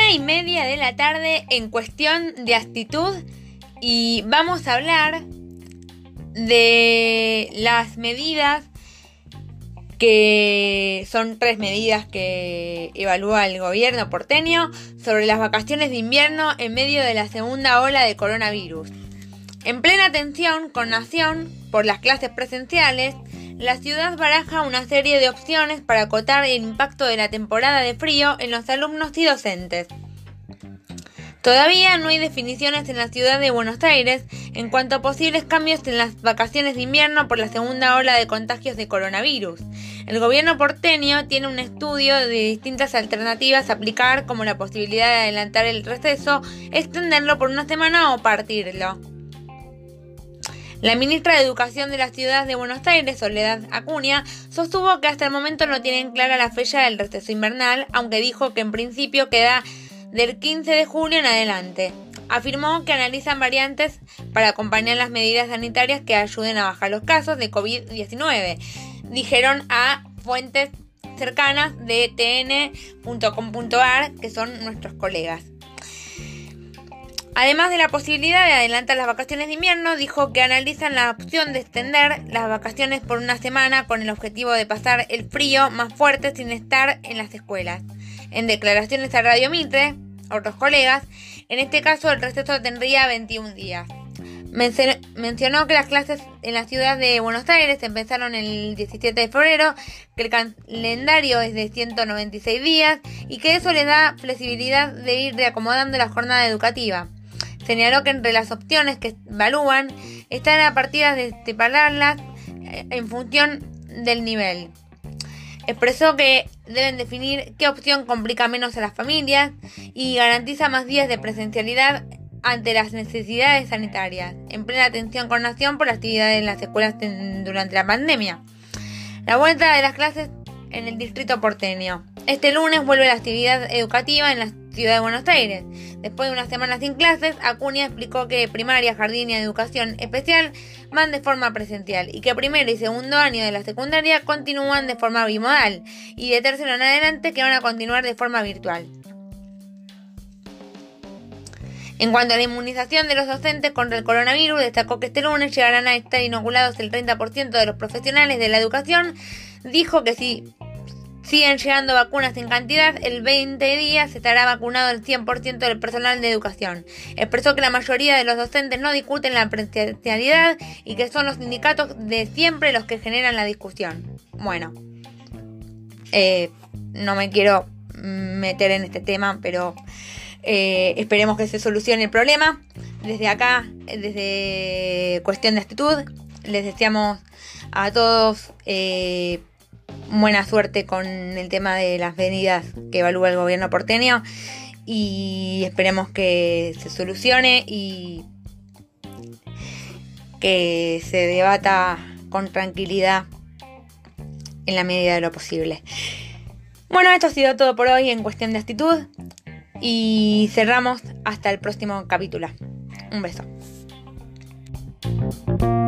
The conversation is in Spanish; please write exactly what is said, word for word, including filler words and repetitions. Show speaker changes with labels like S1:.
S1: Una y media de la tarde en cuestión de actitud y vamos a hablar de las medidas que son tres medidas que evalúa el gobierno porteño sobre las vacaciones de invierno en medio de la segunda ola de coronavirus. En plena tensión con Nación por las clases presenciales, la ciudad baraja una serie de opciones para acotar el impacto de la temporada de frío en los alumnos y docentes. Todavía no hay definiciones en la ciudad de Buenos Aires en cuanto a posibles cambios en las vacaciones de invierno por la segunda ola de contagios de coronavirus. El gobierno porteño tiene un estudio de distintas alternativas a aplicar, como la posibilidad de adelantar el receso, extenderlo por una semana o partirlo. La ministra de Educación de la ciudad de Buenos Aires, Soledad Acuña, sostuvo que hasta el momento no tienen clara la fecha del receso invernal, aunque dijo que en principio queda del quince de julio en adelante. Afirmó que analizan variantes para acompañar las medidas sanitarias que ayuden a bajar los casos de covid diecinueve, dijeron a fuentes cercanas de t n punto com punto a r, que son nuestros colegas. Además de la posibilidad de adelantar las vacaciones de invierno, dijo que analizan la opción de extender las vacaciones por una semana con el objetivo de pasar el frío más fuerte sin estar en las escuelas. En declaraciones a Radio Mitre, otros colegas, en este caso el receso tendría veintiún días. Mencionó, mencionó que las clases en la ciudad de Buenos Aires empezaron el diecisiete de febrero, que el calendario es de ciento noventa y seis días y que eso le da flexibilidad de ir reacomodando la jornada educativa. Señaló que entre las opciones que evalúan están las partidas de separarlas en función del nivel. Expresó que deben definir qué opción complica menos a las familias y garantiza más días de presencialidad ante las necesidades sanitarias, en plena atención con Nación por la actividad en las escuelas en, durante la pandemia. La vuelta de las clases en el distrito porteño. Este lunes vuelve la actividad educativa en la ciudad de Buenos Aires. Después de una semana sin clases, Acuña explicó que primaria, jardín y educación especial van de forma presencial y que primero y segundo año de la secundaria continúan de forma bimodal y de tercero en adelante que van a continuar de forma virtual. En cuanto a la inmunización de los docentes contra el coronavirus, destacó que este lunes llegarán a estar inoculados el treinta por ciento de los profesionales de la educación. Dijo que si siguen llegando vacunas en cantidad, el veinte días estará vacunado el cien por ciento del personal de educación. Expresó que la mayoría de los docentes no discuten la presencialidad y que son los sindicatos de siempre los que generan la discusión. Bueno, eh, no me quiero meter en este tema, pero eh, esperemos que se solucione el problema. Desde acá, desde Cuestión de Actitud, les deseamos a todos eh, buena suerte con el tema de las medidas que evalúa el gobierno porteño y esperemos que se solucione y que se debata con tranquilidad en la medida de lo posible. Bueno, esto ha sido todo por hoy en Cuestión de Actitud y cerramos hasta el próximo capítulo. Un beso.